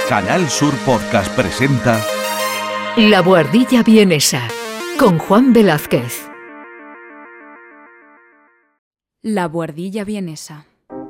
Canal Sur Podcast presenta La Bohardilla Vienesa con Juan Velázquez. La Bohardilla Vienesa.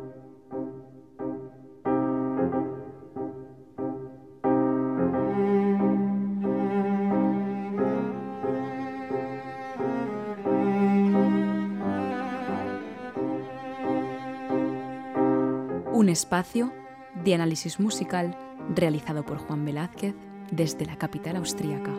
Un espacio de análisis musical realizado por Juan Velázquez desde la capital austríaca.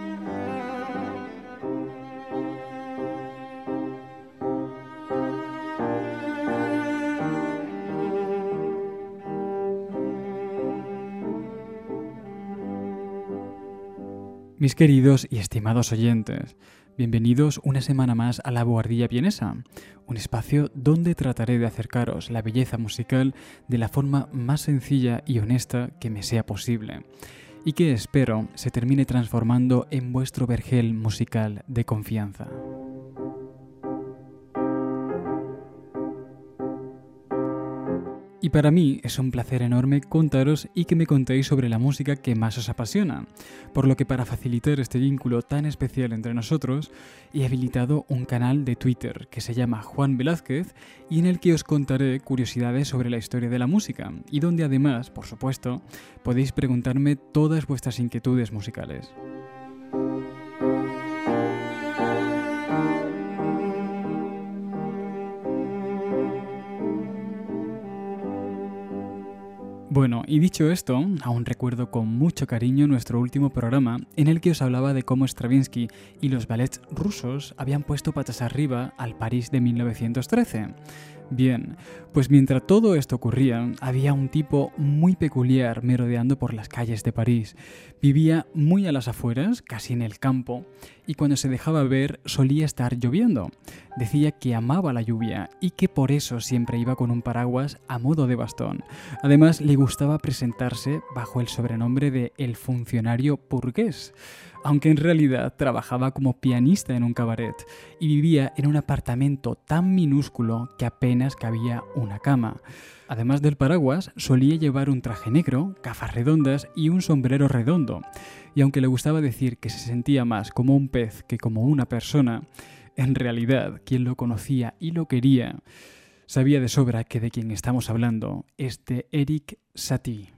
Mis queridos y estimados oyentes, bienvenidos una semana más a La Bohardilla Vienesa, un espacio donde trataré de acercaros la belleza musical de la forma más sencilla y honesta que me sea posible, y que espero se termine transformando en vuestro vergel musical de confianza. Y para mí es un placer enorme contaros y que me contéis sobre la música que más os apasiona, por lo que para facilitar este vínculo tan especial entre nosotros, he habilitado un canal de Twitter que se llama Juan Velázquez y en el que os contaré curiosidades sobre la historia de la música y donde además, por supuesto, podéis preguntarme todas vuestras inquietudes musicales. Bueno, y dicho esto, aún recuerdo con mucho cariño nuestro último programa en el que os hablaba de cómo Stravinsky y los ballets rusos habían puesto patas arriba al París de 1913. Bien, pues mientras todo esto ocurría, había un tipo muy peculiar merodeando por las calles de París. Vivía muy a las afueras, casi en el campo, y cuando se dejaba ver solía estar lloviendo. Decía que amaba la lluvia y que por eso siempre iba con un paraguas a modo de bastón. Además, le gustaba presentarse bajo el sobrenombre de El Funcionario Burgués, aunque en realidad trabajaba como pianista en un cabaret y vivía en un apartamento tan minúsculo que apenas cabía una cama. Además del paraguas, solía llevar un traje negro, gafas redondas y un sombrero redondo. Y aunque le gustaba decir que se sentía más como un pez que como una persona, en realidad quien lo conocía y lo quería sabía de sobra que de quien estamos hablando es de Erik Satie.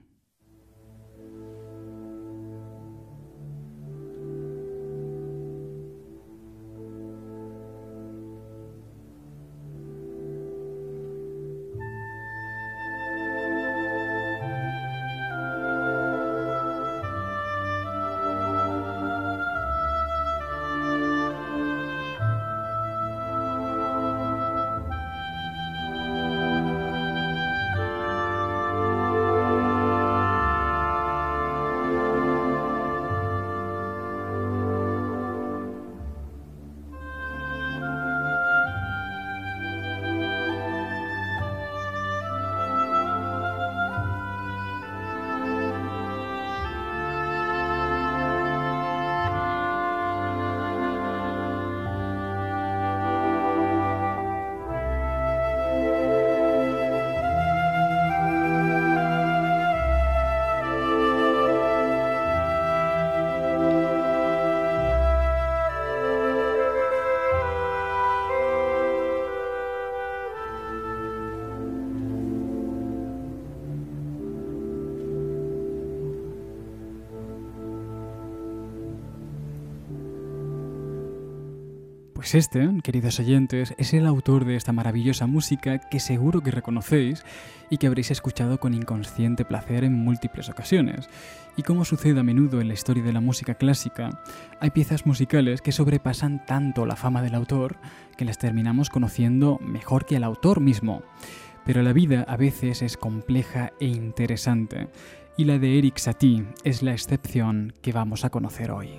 Pues este, queridos oyentes, es el autor de esta maravillosa música que seguro que reconocéis y que habréis escuchado con inconsciente placer en múltiples ocasiones. Y como sucede a menudo en la historia de la música clásica, hay piezas musicales que sobrepasan tanto la fama del autor que las terminamos conociendo mejor que al autor mismo. Pero la vida a veces es compleja e interesante, y la de Erik Satie es la excepción que vamos a conocer hoy.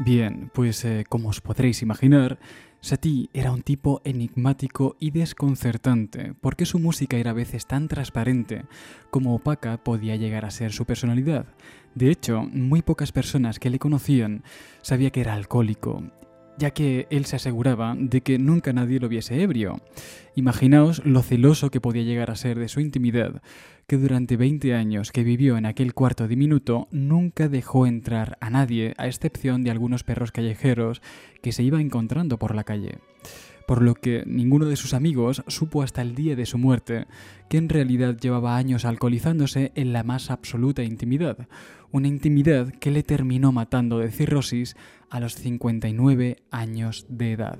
Bien, pues como os podréis imaginar, Satie era un tipo enigmático y desconcertante, porque su música era a veces tan transparente como opaca podía llegar a ser su personalidad. De hecho, muy pocas personas que le conocían sabían que era alcohólico, ya que él se aseguraba de que nunca nadie lo viese ebrio. Imaginaos lo celoso que podía llegar a ser de su intimidad, que durante 20 años que vivió en aquel cuarto diminuto nunca dejó entrar a nadie, a excepción de algunos perros callejeros que se iba encontrando por la calle. Por lo que ninguno de sus amigos supo hasta el día de su muerte que en realidad llevaba años alcoholizándose en la más absoluta intimidad, una intimidad que le terminó matando de cirrosis a los 59 años de edad.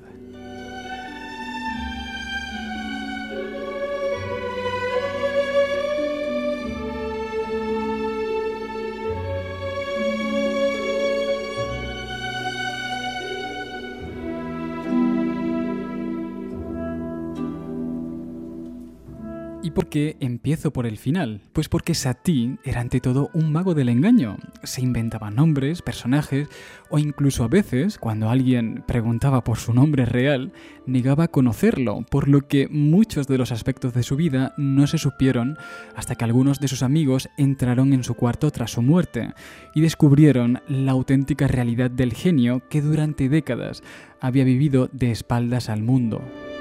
¿Y por qué empiezo por el final? Pues porque Satie era ante todo un mago del engaño. Se inventaba nombres, personajes o incluso a veces, cuando alguien preguntaba por su nombre real, negaba conocerlo, por lo que muchos de los aspectos de su vida no se supieron hasta que algunos de sus amigos entraron en su cuarto tras su muerte y descubrieron la auténtica realidad del genio que durante décadas había vivido de espaldas al mundo.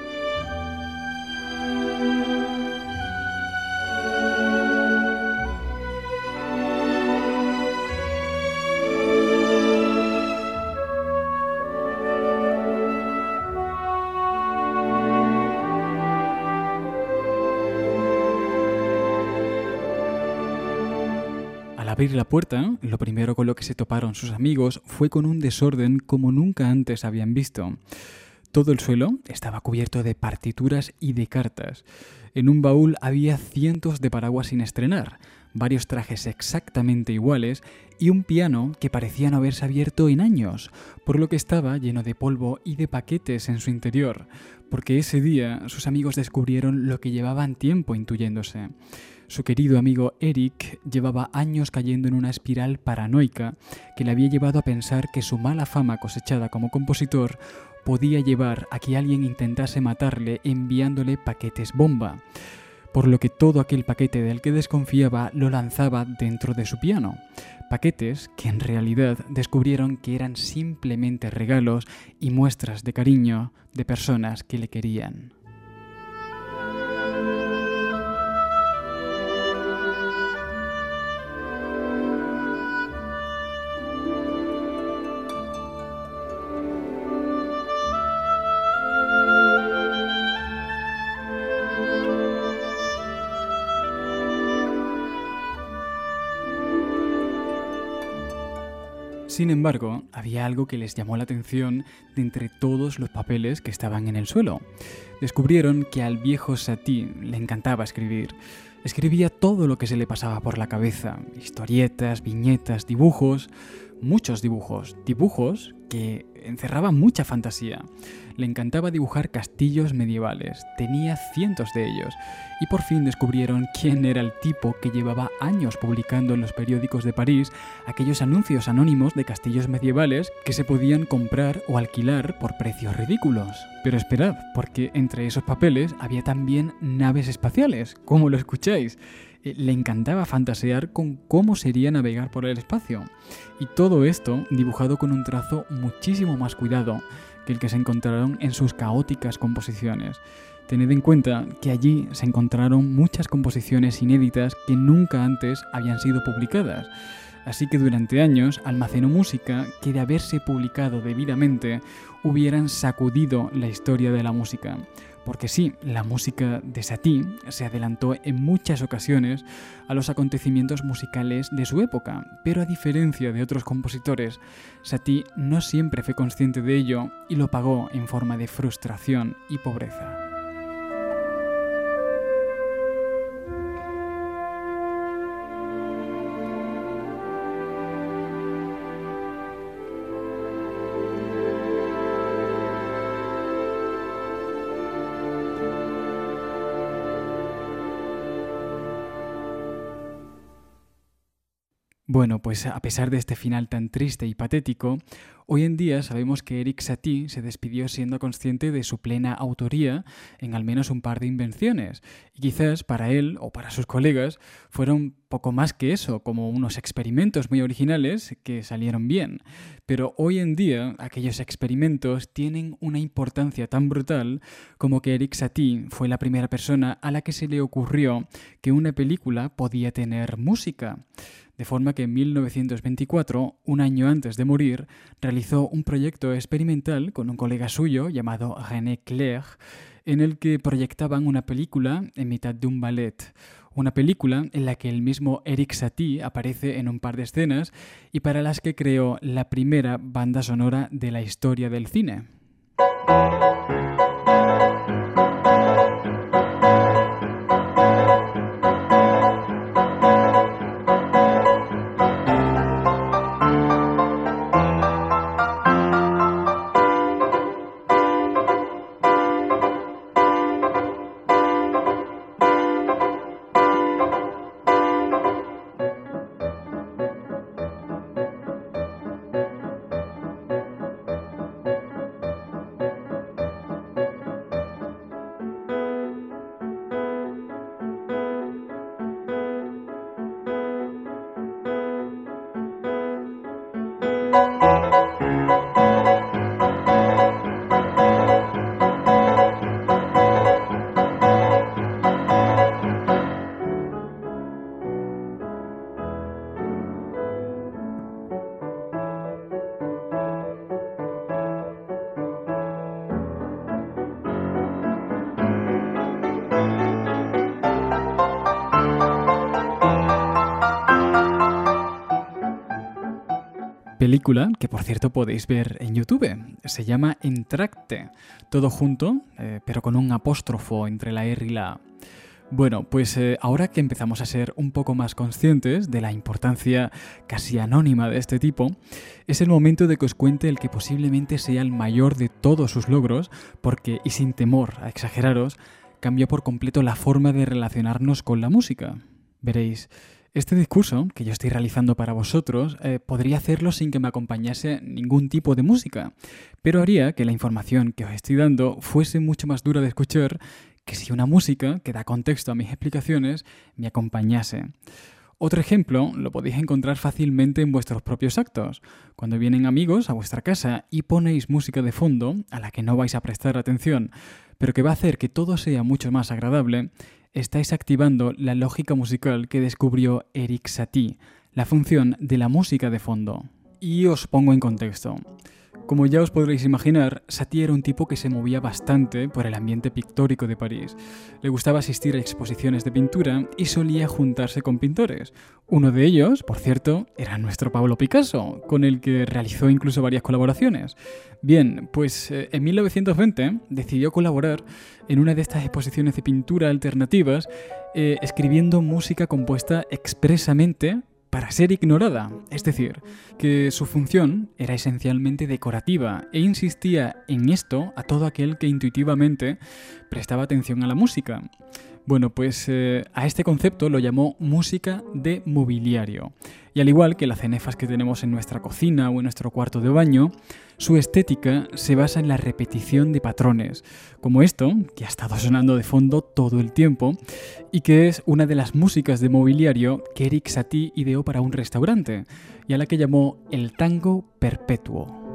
Al abrir la puerta, lo primero con lo que se toparon sus amigos fue con un desorden como nunca antes habían visto. Todo el suelo estaba cubierto de partituras y de cartas. En un baúl había cientos de paraguas sin estrenar, varios trajes exactamente iguales y un piano que parecía no haberse abierto en años, por lo que estaba lleno de polvo y de paquetes en su interior, porque ese día sus amigos descubrieron lo que llevaban tiempo intuyéndose. Su querido amigo Eric llevaba años cayendo en una espiral paranoica que le había llevado a pensar que su mala fama cosechada como compositor podía llevar a que alguien intentase matarle enviándole paquetes bomba, por lo que todo aquel paquete del que desconfiaba lo lanzaba dentro de su piano. Paquetes que en realidad descubrieron que eran simplemente regalos y muestras de cariño de personas que le querían. Sin embargo, había algo que les llamó la atención de entre todos los papeles que estaban en el suelo. Descubrieron que al viejo Satie le encantaba escribir. Escribía todo lo que se le pasaba por la cabeza, historietas, viñetas, dibujos, muchos dibujos que encerraban mucha fantasía. Le encantaba dibujar castillos medievales, tenía cientos de ellos, y por fin descubrieron quién era el tipo que llevaba años publicando en los periódicos de París aquellos anuncios anónimos de castillos medievales que se podían comprar o alquilar por precios ridículos. Pero esperad, porque entre esos papeles había también naves espaciales, como lo escucháis. Le encantaba fantasear con cómo sería navegar por el espacio. Y todo esto dibujado con un trazo muchísimo más cuidado que el que se encontraron en sus caóticas composiciones. Tened en cuenta que allí se encontraron muchas composiciones inéditas que nunca antes habían sido publicadas. Así que durante años almacenó música que de haberse publicado debidamente hubieran sacudido la historia de la música. Porque sí, la música de Satie se adelantó en muchas ocasiones a los acontecimientos musicales de su época, pero a diferencia de otros compositores, Satie no siempre fue consciente de ello y lo pagó en forma de frustración y pobreza. Bueno, pues a pesar de este final tan triste y patético, hoy en día sabemos que Erik Satie se despidió siendo consciente de su plena autoría en al menos un par de invenciones, y quizás para él o para sus colegas fueron poco más que eso, como unos experimentos muy originales que salieron bien. Pero hoy en día aquellos experimentos tienen una importancia tan brutal como que Erik Satie fue la primera persona a la que se le ocurrió que una película podía tener música. De forma que en 1924, un año antes de morir, realizó un proyecto experimental con un colega suyo llamado René Clair, en el que proyectaban una película en mitad de un ballet. Una película en la que el mismo Erik Satie aparece en un par de escenas y para las que creó la primera banda sonora de la historia del cine. Película que, por cierto, podéis ver en YouTube. Se llama Entracte, todo junto, pero con un apóstrofo entre la R y la A. Bueno, pues ahora que empezamos a ser un poco más conscientes de la importancia casi anónima de este tipo, es el momento de que os cuente el que posiblemente sea el mayor de todos sus logros, porque, y sin temor a exageraros, cambió por completo la forma de relacionarnos con la música. Veréis, este discurso que yo estoy realizando para vosotros podría hacerlo sin que me acompañase ningún tipo de música, pero haría que la información que os estoy dando fuese mucho más dura de escuchar que si una música que da contexto a mis explicaciones me acompañase. Otro ejemplo lo podéis encontrar fácilmente en vuestros propios actos. Cuando vienen amigos a vuestra casa y ponéis música de fondo a la que no vais a prestar atención, pero que va a hacer que todo sea mucho más agradable, estáis activando la lógica musical que descubrió Erik Satie, la función de la música de fondo. Y os pongo en contexto. Como ya os podréis imaginar, Satie era un tipo que se movía bastante por el ambiente pictórico de París. Le gustaba asistir a exposiciones de pintura y solía juntarse con pintores. Uno de ellos, por cierto, era nuestro Pablo Picasso, con el que realizó incluso varias colaboraciones. Bien, pues en 1920 decidió colaborar en una de estas exposiciones de pintura alternativas, escribiendo música compuesta expresamente para ser ignorada, es decir, que su función era esencialmente decorativa e insistía en esto a todo aquel que intuitivamente prestaba atención a la música. Bueno, pues a este concepto lo llamó música de mobiliario. Y al igual que las cenefas que tenemos en nuestra cocina o en nuestro cuarto de baño, su estética se basa en la repetición de patrones, como esto, que ha estado sonando de fondo todo el tiempo, y que es una de las músicas de mobiliario que Erik Satie ideó para un restaurante, y a la que llamó el tango perpetuo.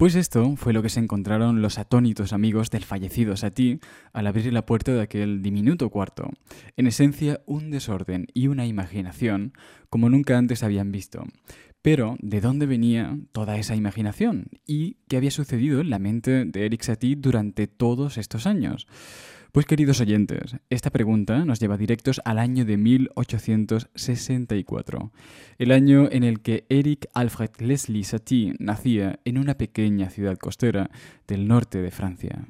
Pues esto fue lo que se encontraron los atónitos amigos del fallecido Satie al abrir la puerta de aquel diminuto cuarto. En esencia, un desorden y una imaginación como nunca antes habían visto. Pero, ¿de dónde venía toda esa imaginación? ¿Y qué había sucedido en la mente de Erik Satie durante todos estos años? Pues queridos oyentes, esta pregunta nos lleva directos al año de 1864, el año en el que Erik Alfred Leslie Satie nacía en una pequeña ciudad costera del norte de Francia.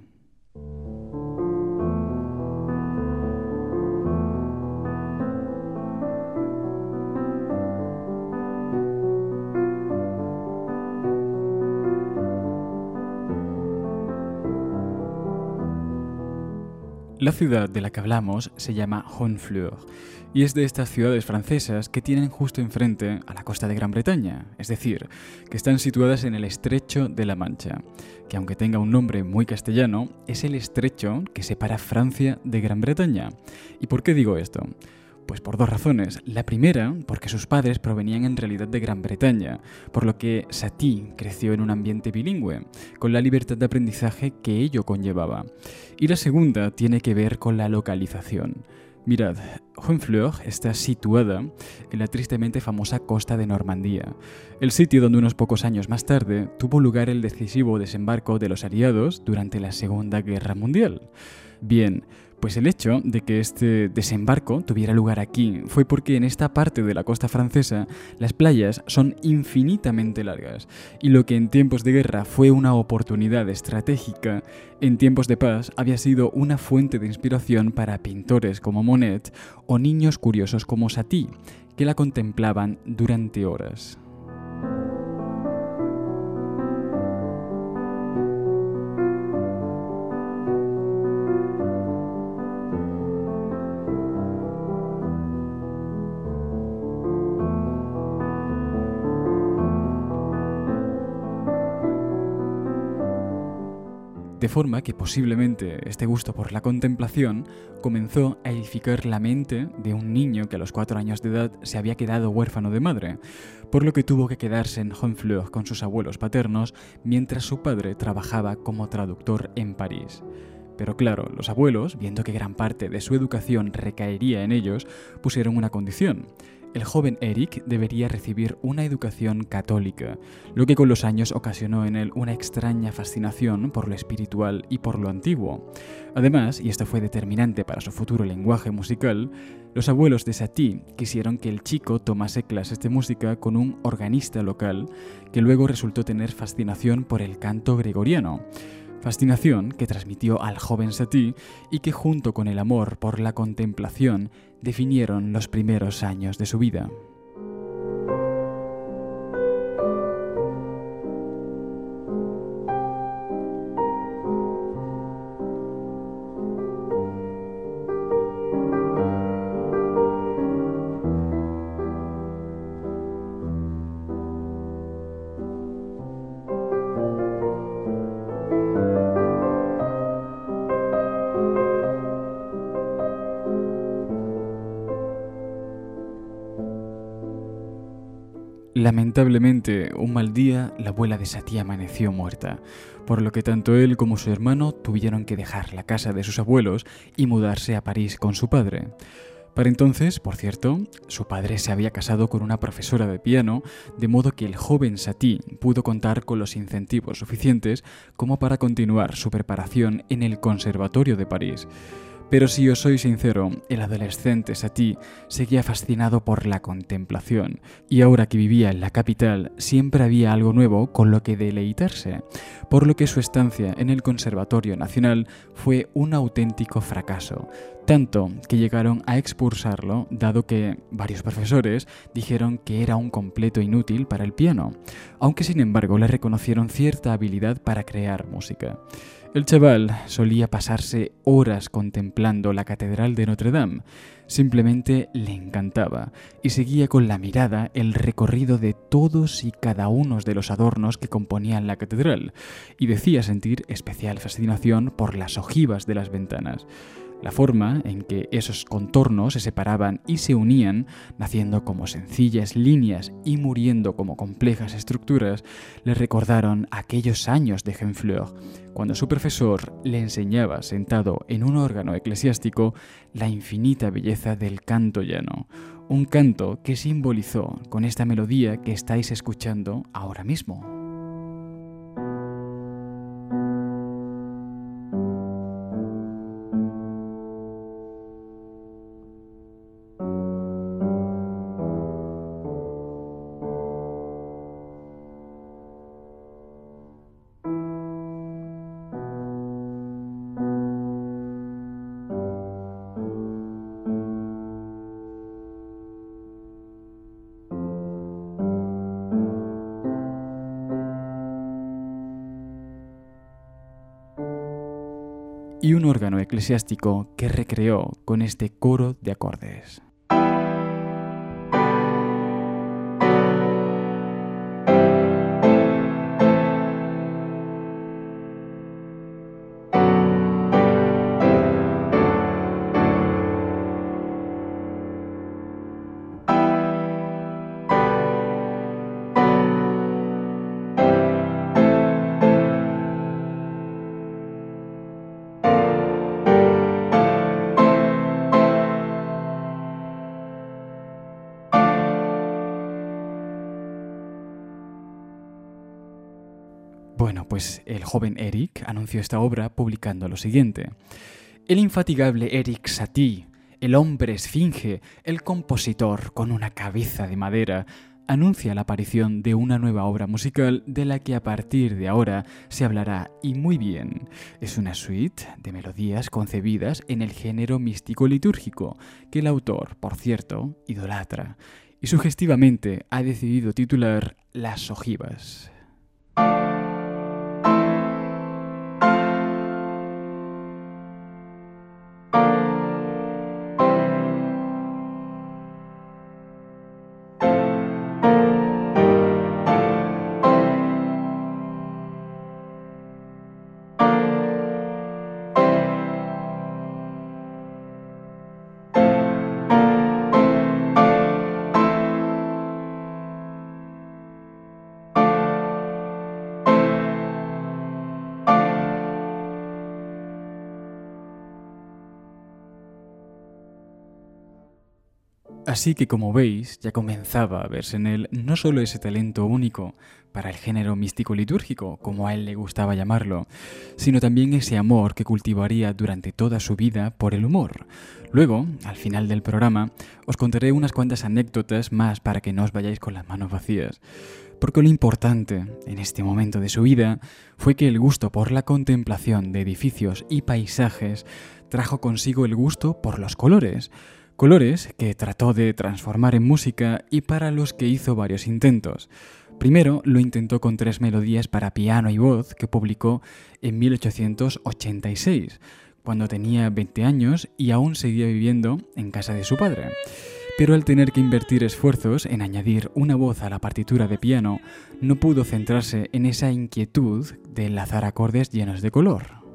La ciudad de la que hablamos se llama Honfleur y es de estas ciudades francesas que tienen justo enfrente a la costa de Gran Bretaña, es decir, que están situadas en el Estrecho de la Mancha, que aunque tenga un nombre muy castellano, es el estrecho que separa Francia de Gran Bretaña. ¿Y por qué digo esto? Pues por dos razones. La primera, porque sus padres provenían en realidad de Gran Bretaña, por lo que Satie creció en un ambiente bilingüe, con la libertad de aprendizaje que ello conllevaba. Y la segunda tiene que ver con la localización. Mirad, Honfleur está situada en la tristemente famosa costa de Normandía, el sitio donde unos pocos años más tarde tuvo lugar el decisivo desembarco de los aliados durante la Segunda Guerra Mundial. Bien, pues el hecho de que este desembarco tuviera lugar aquí fue porque en esta parte de la costa francesa las playas son infinitamente largas y lo que en tiempos de guerra fue una oportunidad estratégica, en tiempos de paz había sido una fuente de inspiración para pintores como Monet o niños curiosos como Satie, que la contemplaban durante horas. De forma que posiblemente este gusto por la contemplación comenzó a edificar la mente de un niño que a los 4 años de edad se había quedado huérfano de madre, por lo que tuvo que quedarse en Honfleur con sus abuelos paternos mientras su padre trabajaba como traductor en París. Pero claro, los abuelos, viendo que gran parte de su educación recaería en ellos, pusieron una condición. El joven Erik debería recibir una educación católica, lo que con los años ocasionó en él una extraña fascinación por lo espiritual y por lo antiguo. Además, y esto fue determinante para su futuro lenguaje musical, los abuelos de Satie quisieron que el chico tomase clases de música con un organista local que luego resultó tener fascinación por el canto gregoriano. Fascinación que transmitió al joven Satie y que junto con el amor por la contemplación definieron los primeros años de su vida. Lamentablemente, un mal día, la abuela de Satie amaneció muerta, por lo que tanto él como su hermano tuvieron que dejar la casa de sus abuelos y mudarse a París con su padre. Para entonces, por cierto, su padre se había casado con una profesora de piano, de modo que el joven Satie pudo contar con los incentivos suficientes como para continuar su preparación en el Conservatorio de París. Pero si os soy sincero, el adolescente Satie seguía fascinado por la contemplación, y ahora que vivía en la capital siempre había algo nuevo con lo que deleitarse, por lo que su estancia en el Conservatorio Nacional fue un auténtico fracaso, tanto que llegaron a expulsarlo, dado que varios profesores dijeron que era un completo inútil para el piano, aunque sin embargo le reconocieron cierta habilidad para crear música. El chaval solía pasarse horas contemplando la Catedral de Notre Dame. Simplemente le encantaba y seguía con la mirada el recorrido de todos y cada uno de los adornos que componían la catedral y decía sentir especial fascinación por las ojivas de las ventanas. La forma en que esos contornos se separaban y se unían, naciendo como sencillas líneas y muriendo como complejas estructuras, le recordaron aquellos años de Genfleur, cuando su profesor le enseñaba sentado en un órgano eclesiástico la infinita belleza del canto llano, un canto que simbolizó con esta melodía que estáis escuchando ahora mismo. Y un órgano eclesiástico que recreó con este coro de acordes. Bueno, pues el joven Eric anunció esta obra publicando lo siguiente. El infatigable Eric Satie, el hombre esfinge, el compositor con una cabeza de madera, anuncia la aparición de una nueva obra musical de la que a partir de ahora se hablará, y muy bien. Es una suite de melodías concebidas en el género místico litúrgico, que el autor, por cierto, idolatra, y sugestivamente ha decidido titular Las ojivas. Así que, como veis, ya comenzaba a verse en él no solo ese talento único para el género místico litúrgico, como a él le gustaba llamarlo, sino también ese amor que cultivaría durante toda su vida por el humor. Luego, al final del programa, os contaré unas cuantas anécdotas más para que no os vayáis con las manos vacías. Porque lo importante en este momento de su vida fue que el gusto por la contemplación de edificios y paisajes trajo consigo el gusto por los colores. Colores que trató de transformar en música y para los que hizo varios intentos. Primero lo intentó con 3 melodías para piano y voz que publicó en 1886, cuando tenía 20 años y aún seguía viviendo en casa de su padre. Pero al tener que invertir esfuerzos en añadir una voz a la partitura de piano, no pudo centrarse en esa inquietud de enlazar acordes llenos de color.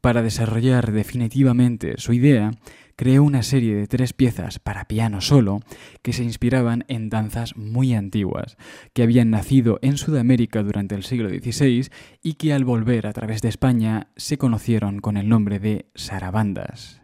Para desarrollar definitivamente su idea, creó una serie de 3 piezas para piano solo que se inspiraban en danzas muy antiguas, que habían nacido en Sudamérica durante el siglo XVI y que al volver a través de España se conocieron con el nombre de sarabandas.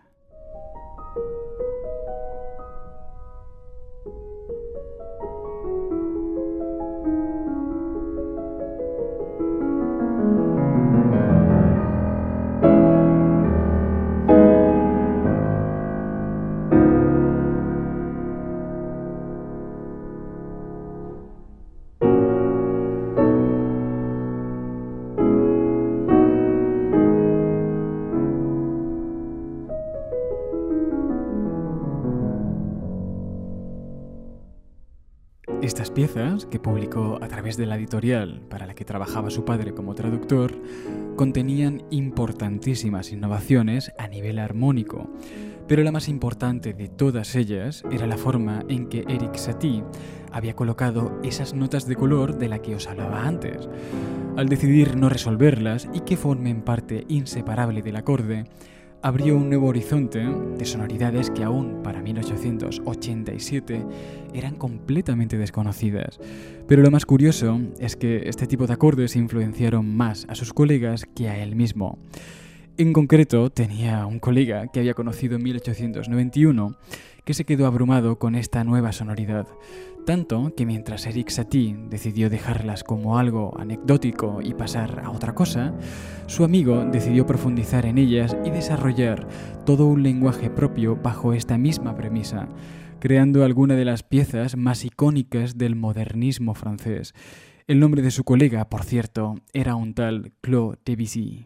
Estas piezas, que publicó a través de la editorial para la que trabajaba su padre como traductor, contenían importantísimas innovaciones a nivel armónico, pero la más importante de todas ellas era la forma en que Erik Satie había colocado esas notas de color de la que os hablaba antes. Al decidir no resolverlas y que formen parte inseparable del acorde, abrió un nuevo horizonte de sonoridades que aún para 1887 eran completamente desconocidas. Pero lo más curioso es que este tipo de acordes influenciaron más a sus colegas que a él mismo. En concreto, tenía un colega que había conocido en 1891 que se quedó abrumado con esta nueva sonoridad, tanto que mientras Erik Satie decidió dejarlas como algo anecdótico y pasar a otra cosa, su amigo decidió profundizar en ellas y desarrollar todo un lenguaje propio bajo esta misma premisa, creando alguna de las piezas más icónicas del modernismo francés. El nombre de su colega, por cierto, era un tal Claude Debussy.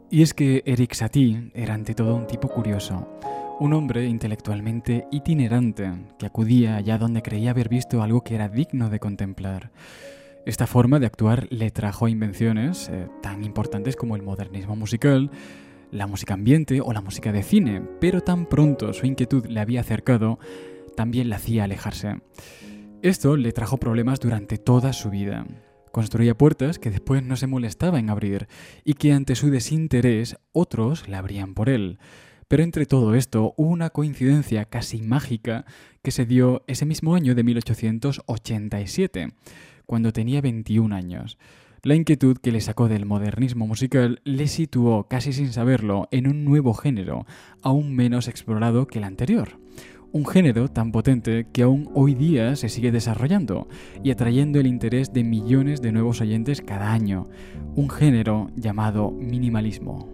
Y es que Erik Satie era ante todo un tipo curioso, un hombre intelectualmente itinerante que acudía allá donde creía haber visto algo que era digno de contemplar. Esta forma de actuar le trajo invenciones tan importantes como el modernismo musical, la música ambiente o la música de cine, pero tan pronto su inquietud le había acercado, también le hacía alejarse. Esto le trajo problemas durante toda su vida. Construía puertas que después no se molestaba en abrir y que ante su desinterés otros la abrían por él. Pero entre todo esto hubo una coincidencia casi mágica que se dio ese mismo año de 1887, cuando tenía 21 años. La inquietud que le sacó del modernismo musical le situó, casi sin saberlo, en un nuevo género, aún menos explorado que el anterior. Un género tan potente que aún hoy día se sigue desarrollando y atrayendo el interés de millones de nuevos oyentes cada año. Un género llamado minimalismo.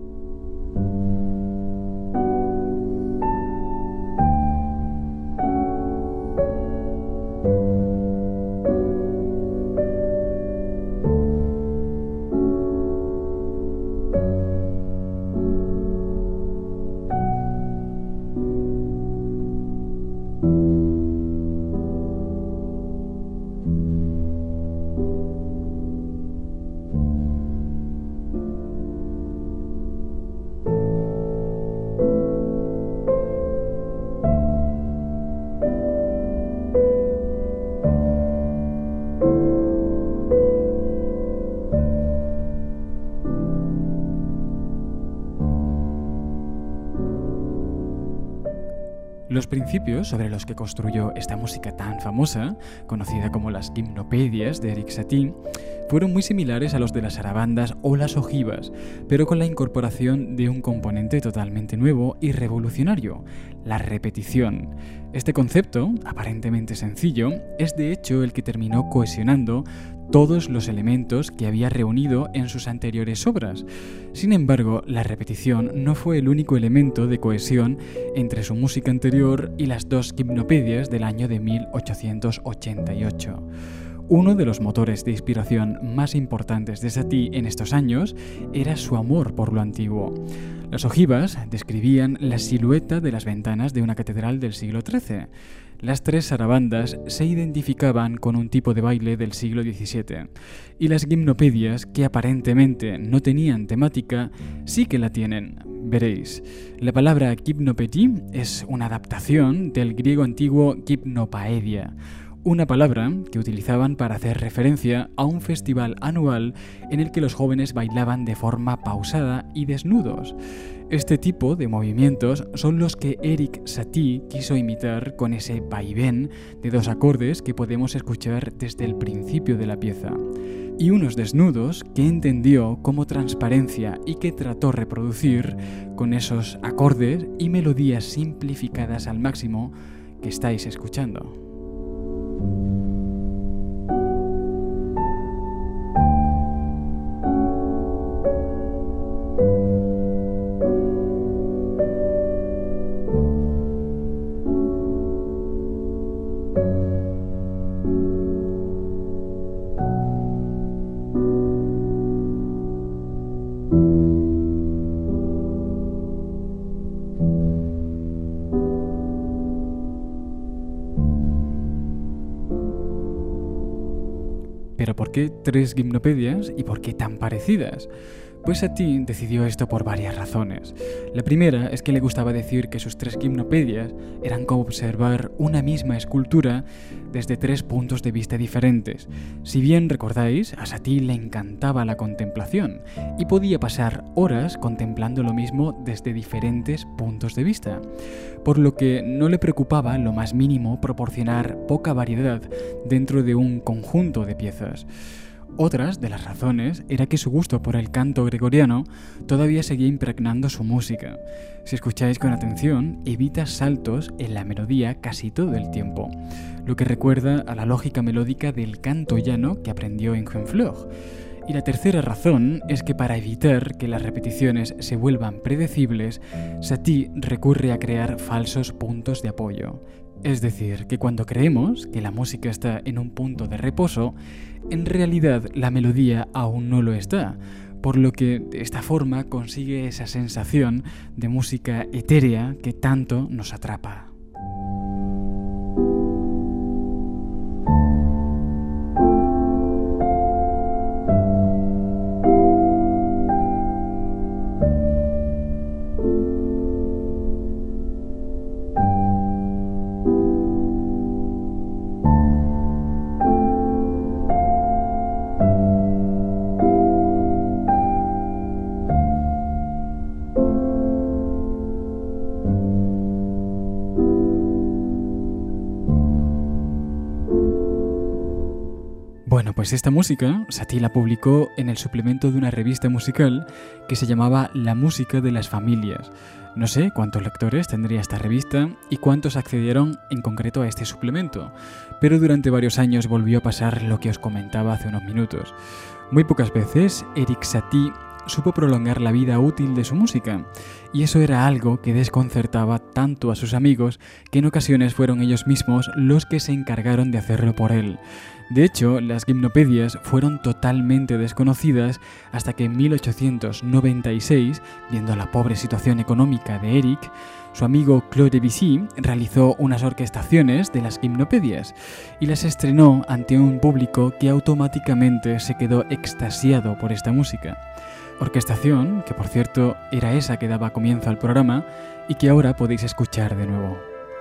Los principios sobre los que construyó esta música tan famosa, conocida como las gimnopedias de Erik Satie, fueron muy similares a los de las sarabandas o las ojivas, pero con la incorporación de un componente totalmente nuevo y revolucionario, la repetición. Este concepto, aparentemente sencillo, es de hecho el que terminó cohesionando todos los elementos que había reunido en sus anteriores obras. Sin embargo, la repetición no fue el único elemento de cohesión entre su música anterior y las dos gimnopedias del año de 1888. Uno de los motores de inspiración más importantes de Satie en estos años era su amor por lo antiguo. Las ojivas describían la silueta de las ventanas de una catedral del siglo XIII. Las tres sarabandas se identificaban con un tipo de baile del siglo XVII, y las gimnopedias, que aparentemente no tenían temática, sí que la tienen. Veréis, la palabra gimnopedie es una adaptación del griego antiguo gimnopaedia, una palabra que utilizaban para hacer referencia a un festival anual en el que los jóvenes bailaban de forma pausada y desnudos. Este tipo de movimientos son los que Erik Satie quiso imitar con ese vaivén de dos acordes que podemos escuchar desde el principio de la pieza, y unos desnudos que entendió como transparencia y que trató reproducir con esos acordes y melodías simplificadas al máximo que estáis escuchando. ¿Pero por qué tres gimnopedias y por qué tan parecidas? Pues Satie decidió esto por varias razones. La primera es que le gustaba decir que sus tres gimnopedias eran como observar una misma escultura desde tres puntos de vista diferentes. Si bien recordáis, a Satie le encantaba la contemplación y podía pasar horas contemplando lo mismo desde diferentes puntos de vista, por lo que no le preocupaba en lo más mínimo proporcionar poca variedad dentro de un conjunto de piezas. Otras de las razones era que su gusto por el canto gregoriano todavía seguía impregnando su música. Si escucháis con atención, evita saltos en la melodía casi todo el tiempo, lo que recuerda a la lógica melódica del canto llano que aprendió en Höhenflöh. Y la tercera razón es que para evitar que las repeticiones se vuelvan predecibles, Satie recurre a crear falsos puntos de apoyo. Es decir, que cuando creemos que la música está en un punto de reposo, en realidad la melodía aún no lo está, por lo que de esta forma consigue esa sensación de música etérea que tanto nos atrapa. Bueno, pues esta música Satie la publicó en el suplemento de una revista musical que se llamaba La música de las familias. No sé cuántos lectores tendría esta revista y cuántos accedieron en concreto a este suplemento, pero durante varios años volvió a pasar lo que os comentaba hace unos minutos. Muy pocas veces Erik Satie supo prolongar la vida útil de su música, y eso era algo que desconcertaba tanto a sus amigos que en ocasiones fueron ellos mismos los que se encargaron de hacerlo por él. De hecho, las gimnopedias fueron totalmente desconocidas hasta que en 1896, viendo la pobre situación económica de Erik, su amigo Claude Debussy realizó unas orquestaciones de las gimnopedias y las estrenó ante un público que automáticamente se quedó extasiado por esta música. Orquestación, que por cierto era esa que daba comienzo al programa y que ahora podéis escuchar de nuevo.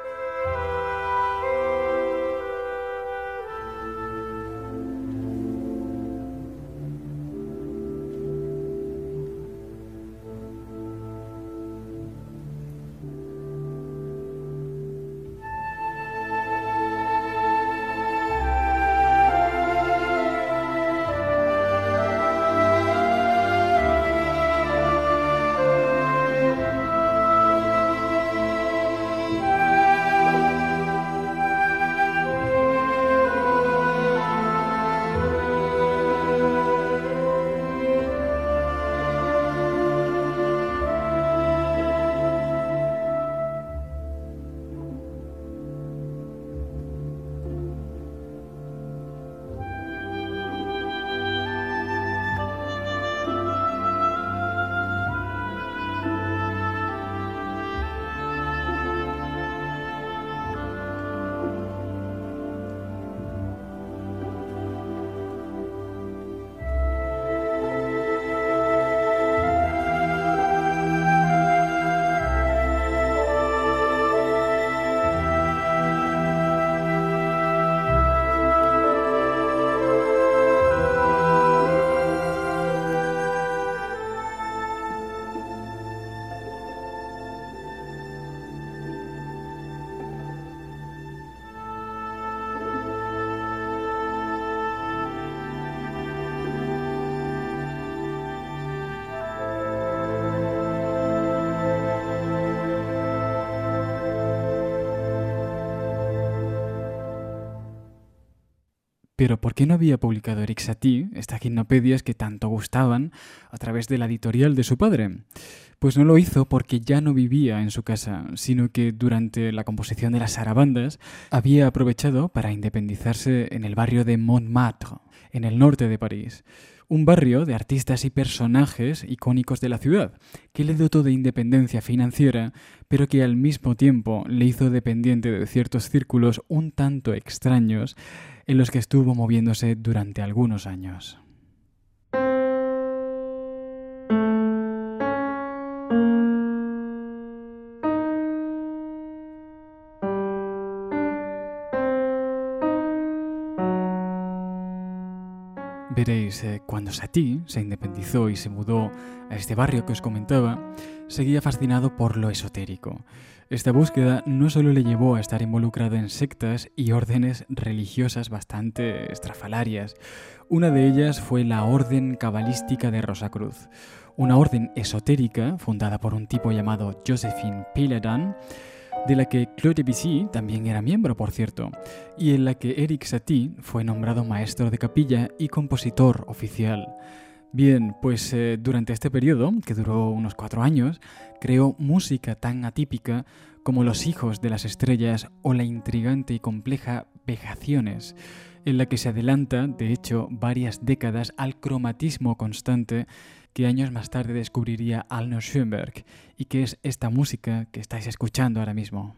Pero ¿por qué no había publicado Erik Satie estas gimnopedias que tanto gustaban a través de la editorial de su padre? Pues no lo hizo porque ya no vivía en su casa, sino que durante la composición de las sarabandas había aprovechado para independizarse en el barrio de Montmartre, en el norte de París. Un barrio de artistas y personajes icónicos de la ciudad, que le dotó de independencia financiera, pero que al mismo tiempo le hizo dependiente de ciertos círculos un tanto extraños en los que estuvo moviéndose durante algunos años. Veréis, cuando Satie se independizó y se mudó a este barrio que os comentaba, seguía fascinado por lo esotérico. Esta búsqueda no solo le llevó a estar involucrado en sectas y órdenes religiosas bastante estrafalarias. Una de ellas fue la Orden Cabalística de Rosacruz, una orden esotérica fundada por un tipo llamado Josephine Péladan, de la que Claude Debussy también era miembro, por cierto, y en la que Erik Satie fue nombrado maestro de capilla y compositor oficial. Bien, pues durante este periodo, que duró unos 4 años, creó música tan atípica como Los hijos de las estrellas o la intrigante y compleja Vejaciones. en la que se adelanta, de hecho, varias décadas al cromatismo constante que años más tarde descubriría Arnold Schoenberg, y que es esta música que estáis escuchando ahora mismo.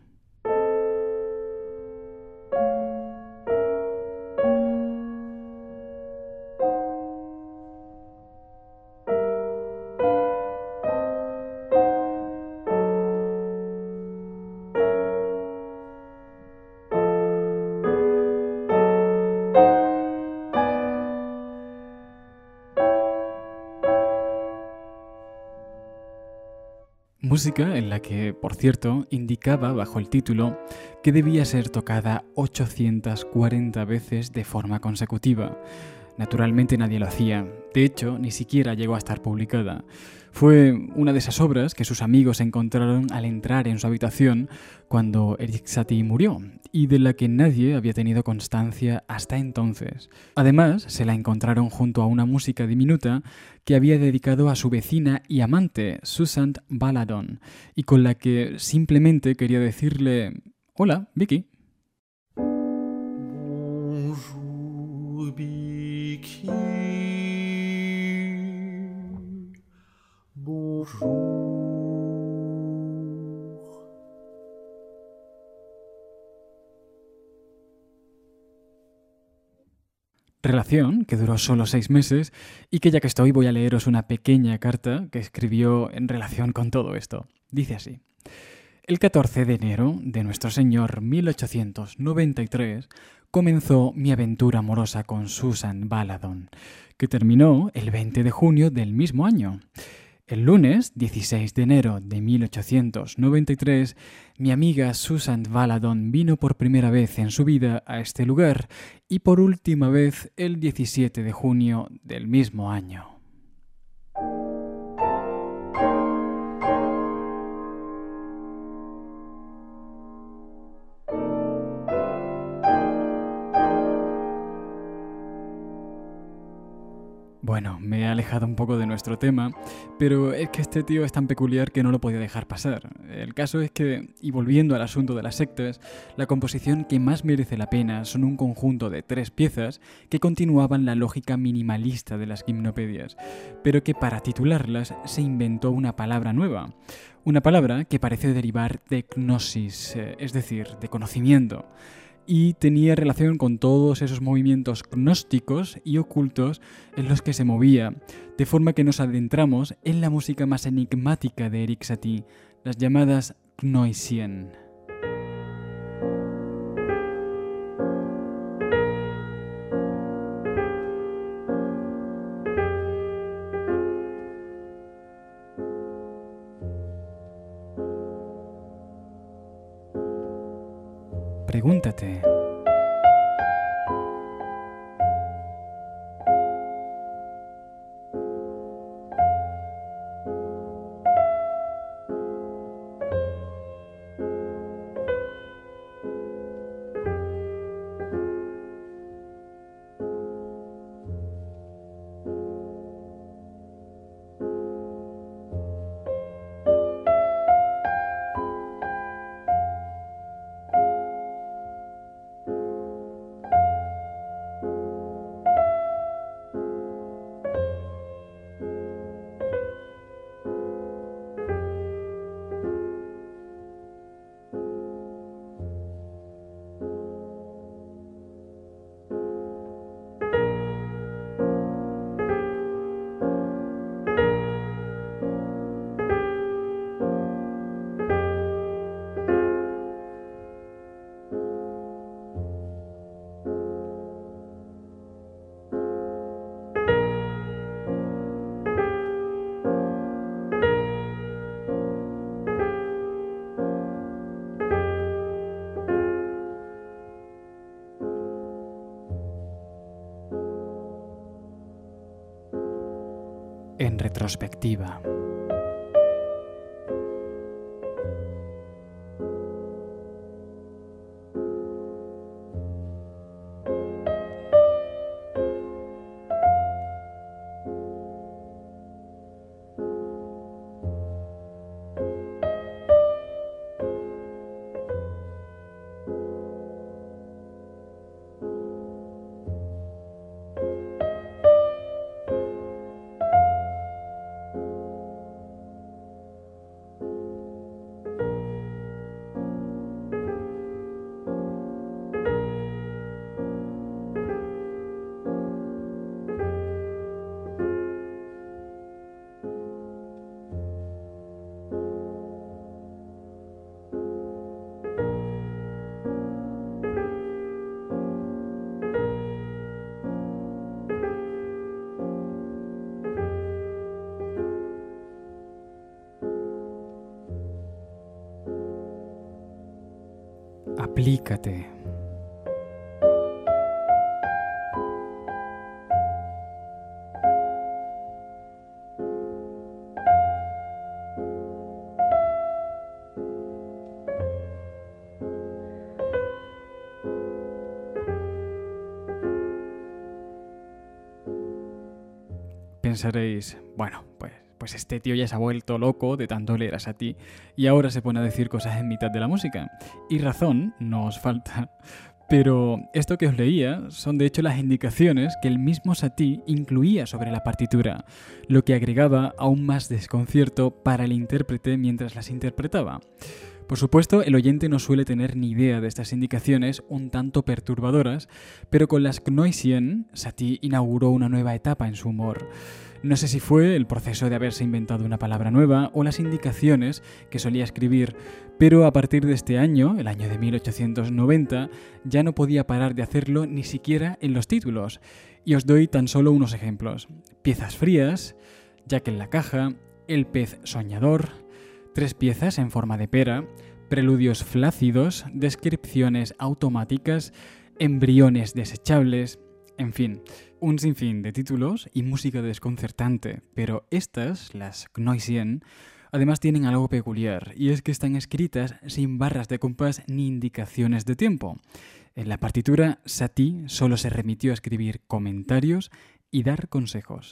Música en la que, por cierto, indicaba bajo el título que debía ser tocada 840 veces de forma consecutiva. Naturalmente nadie lo hacía, de hecho ni siquiera llegó a estar publicada. Fue una de esas obras que sus amigos encontraron al entrar en su habitación cuando Erik Satie murió, y de la que nadie había tenido constancia hasta entonces. Además, se la encontraron junto a una música diminuta que había dedicado a su vecina y amante, Susan Baladon, y con la que simplemente quería decirle: «Hola, Vicky». Bonjour, Vicky. Bonjour. Relación que duró solo 6 meses y que, ya que estoy, voy a leeros una pequeña carta que escribió en relación con todo esto. Dice así: el 14 de enero de nuestro señor 1893 comenzó mi aventura amorosa con Susan Baladon, que terminó el 20 de junio del mismo año. El lunes 16 de enero de 1893, mi amiga Susan Baladon vino por primera vez en su vida a este lugar y por última vez el 17 de junio del mismo año. Bueno, me he alejado un poco de nuestro tema, pero es que este tío es tan peculiar que no lo podía dejar pasar. El caso es que, y volviendo al asunto de las sectas, la composición que más merece la pena son un conjunto de 3 piezas que continuaban la lógica minimalista de las gimnopedias, pero que para titularlas se inventó una palabra nueva. Una palabra que parece derivar de gnosis, es decir, de conocimiento, y tenía relación con todos esos movimientos gnósticos y ocultos en los que se movía, de forma que nos adentramos en la música más enigmática de Erik Satie, las llamadas Gnoisien. Pregúntate: en retrospectiva. aplícate. Pensaréis, bueno, pues este tío ya se ha vuelto loco de tanto leer a Satie y ahora se pone a decir cosas en mitad de la música. Y razón no os falta. Pero esto que os leía son de hecho las indicaciones que el mismo Satie incluía sobre la partitura, lo que agregaba aún más desconcierto para el intérprete mientras las interpretaba. Por supuesto, el oyente no suele tener ni idea de estas indicaciones un tanto perturbadoras, pero con las Gnoisien, Satie inauguró una nueva etapa en su humor. No sé si fue el proceso de haberse inventado una palabra nueva o las indicaciones que solía escribir, pero a partir de este año, el año de 1890, ya no podía parar de hacerlo ni siquiera en los títulos. Y os doy tan solo unos ejemplos. Piezas frías, Jack en la caja, El pez soñador, 3 piezas en forma de pera, preludios flácidos, descripciones automáticas, embriones desechables, en fin, un sinfín de títulos y música desconcertante, pero estas, las Gnoisien, además tienen algo peculiar, y es que están escritas sin barras de compás ni indicaciones de tiempo. En la partitura, Satie solo se remitió a escribir comentarios y dar consejos.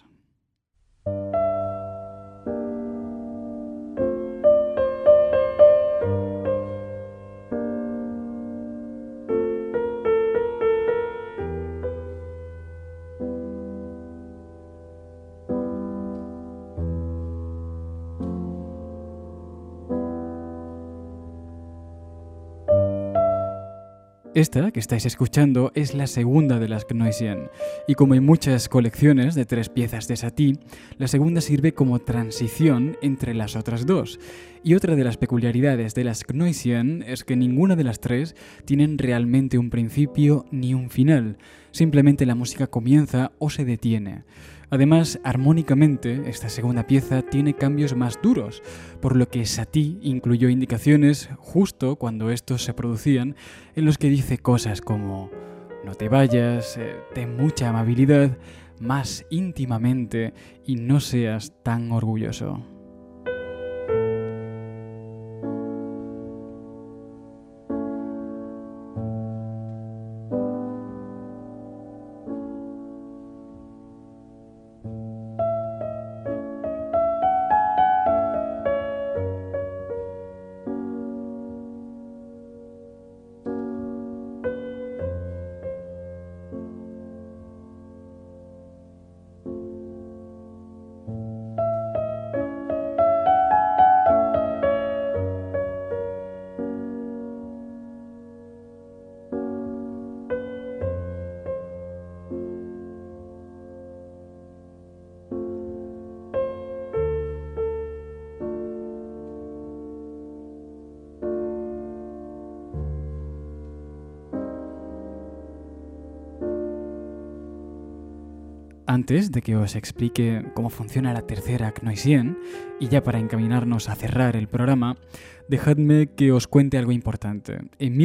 Esta que estáis escuchando es la segunda de las Gnoisien, y como en muchas colecciones de 3 piezas de Satie, la segunda sirve como transición entre las otras dos. Y otra de las peculiaridades de las Gnoisien es que ninguna de las 3 tienen realmente un principio ni un final, simplemente la música comienza o se detiene. Además, armónicamente, esta segunda pieza tiene cambios más duros, por lo que Satie incluyó indicaciones justo cuando estos se producían, en los que dice cosas como no te vayas, ten mucha amabilidad, más íntimamente y no seas tan orgulloso. Antes de que os explique cómo funciona la tercera Gnoisien, y ya para encaminarnos a cerrar el programa, dejadme que os cuente algo importante. En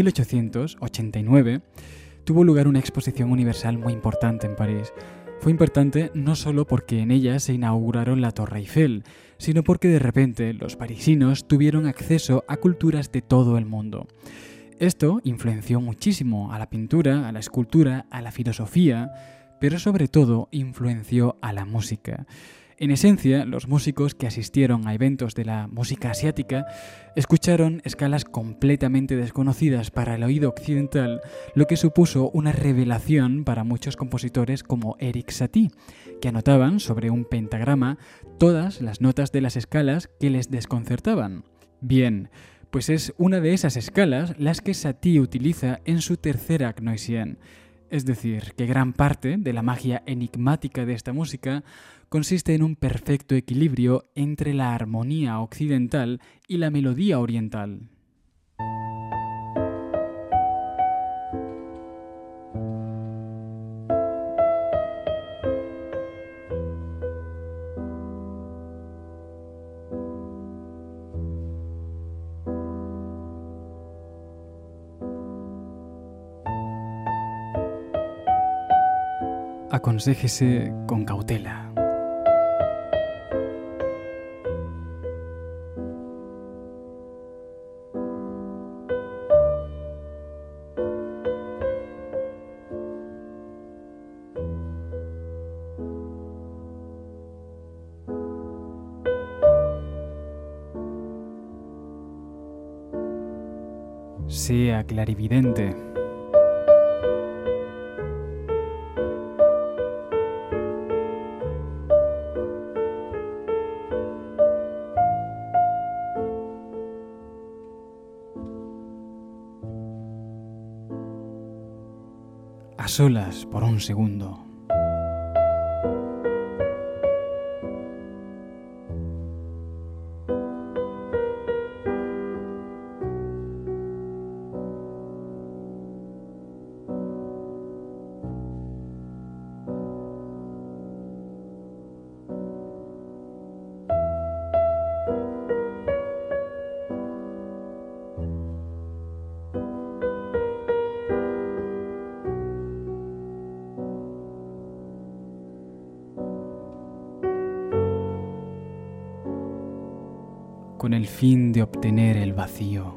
1889 tuvo lugar una exposición universal muy importante en París. Fue importante no solo porque en ella se inauguraron la Torre Eiffel, sino porque de repente los parisinos tuvieron acceso a culturas de todo el mundo. Esto influenció muchísimo a la pintura, a la escultura, a la filosofía, pero sobre todo influenció a la música. En esencia, los músicos que asistieron a eventos de la música asiática escucharon escalas completamente desconocidas para el oído occidental, lo que supuso una revelación para muchos compositores como Erik Satie, que anotaban sobre un pentagrama todas las notas de las escalas que les desconcertaban. Bien, pues es una de esas escalas las que Satie utiliza en su tercera Gnoisien. Es decir, que gran parte de la magia enigmática de esta música consiste en un perfecto equilibrio entre la armonía occidental y la melodía oriental. aconséjese con cautela. Sea clarividente. A solas por un segundo. Con el fin de obtener el vacío.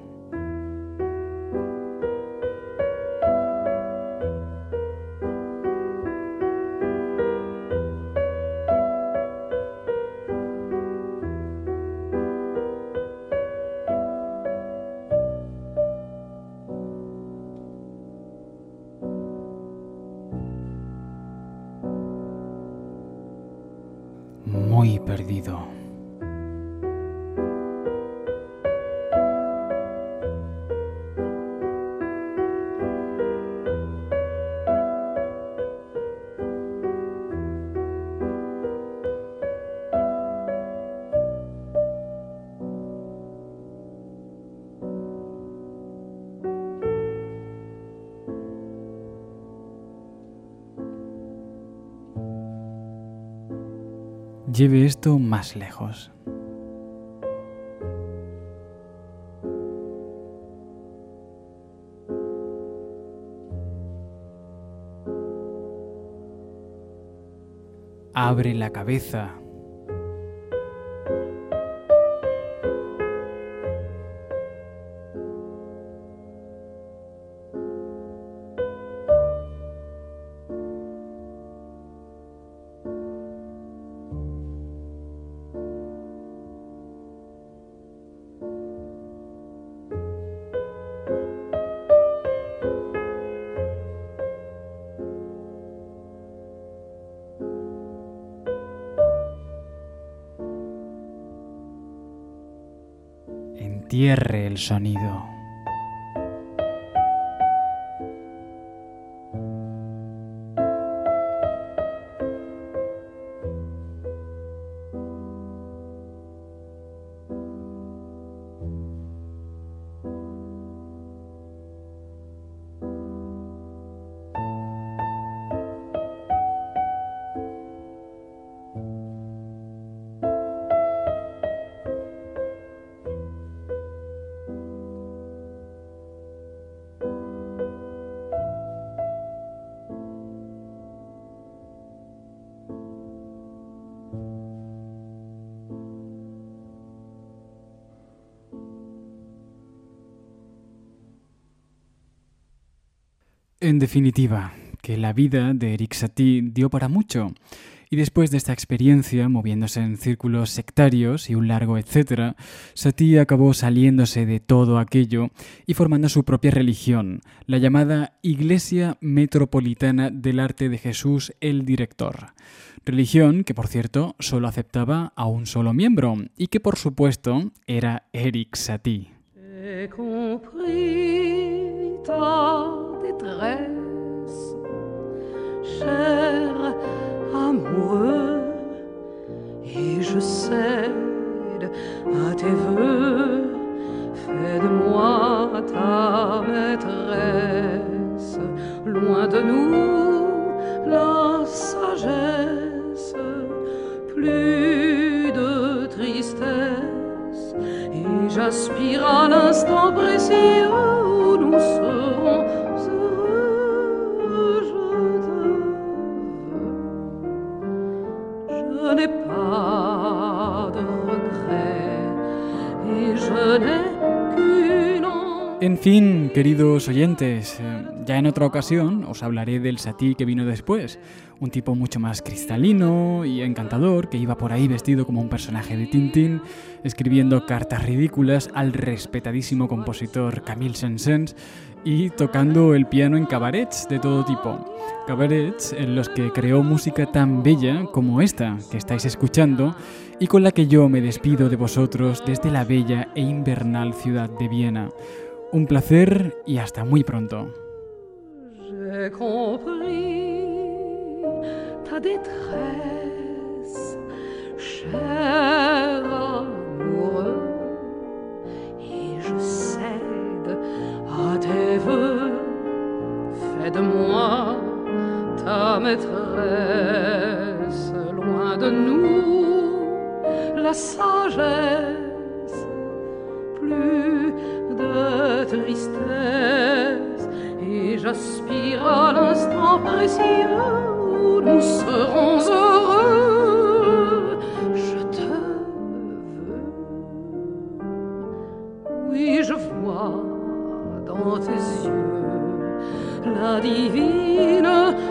Muy perdido. Lleve esto más lejos. Abre la cabeza. Entierre el sonido. En definitiva, que la vida de Erik Satie dio para mucho, y después de esta experiencia, moviéndose en círculos sectarios y un largo etcétera, Satie acabó saliéndose de todo aquello y formando su propia religión, la llamada Iglesia Metropolitana del Arte de Jesús el Director. Religión que, por cierto, solo aceptaba a un solo miembro y que, por supuesto, era Erik Satie. J'ai compris ta détresse, cher amoureux, et je cède à tes vœux. Fais de moi ta maîtresse, loin de nous la sagesse, plus de tristesse, et j'aspire à l'instant précis où nous serons heureux. Je te veux. n'est qu'une En fin, queridos oyentes, ya en otra ocasión os hablaré del Satie que vino después, un tipo mucho más cristalino y encantador que iba por ahí vestido como un personaje de Tintín, escribiendo cartas ridículas al respetadísimo compositor Camille Saint-Saëns y tocando el piano en cabarets de todo tipo. Cabarets en los que creó música tan bella como esta que estáis escuchando y con la que yo me despido de vosotros desde la bella e invernal ciudad de Viena. Un placer y hasta muy pronto. J'ai compris ta détresse, cher amoureux, et je cède à tes vœux. Fais de moi ta maîtresse, loin de nous la sagesse, plus de tristesse, et j'aspire à l'instant précieux où nous serons heureux. Je te veux, oui, je vois dans tes yeux la divine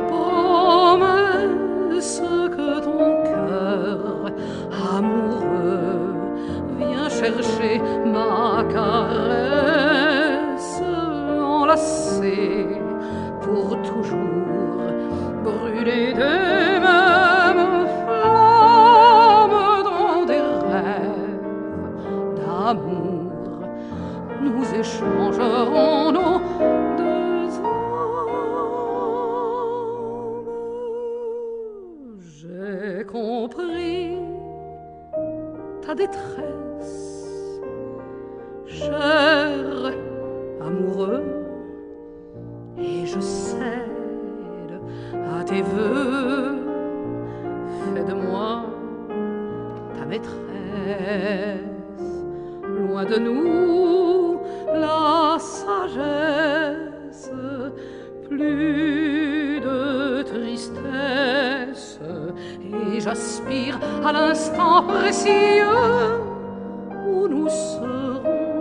promesse que ton cœur amoureux vient chercher ma caresse, enlacée pour toujours, brûler des mêmes flammes dans des rêves d'amour. Nous échangerons nos deux âmes. J'ai compris ta détresse, cher amoureux, et je cède à tes vœux. Fais de moi ta maîtresse, loin de nous la sagesse, plus de tristesse, et j'aspire à l'instant précieux où nous serons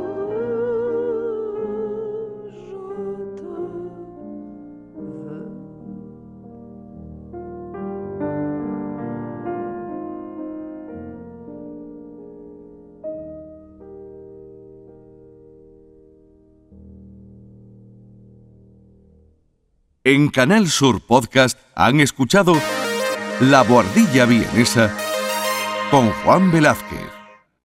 heureux. Je te veux. En Canal Sur Podcast han escuchado La Bohardilla Vienesa con Juan Velázquez.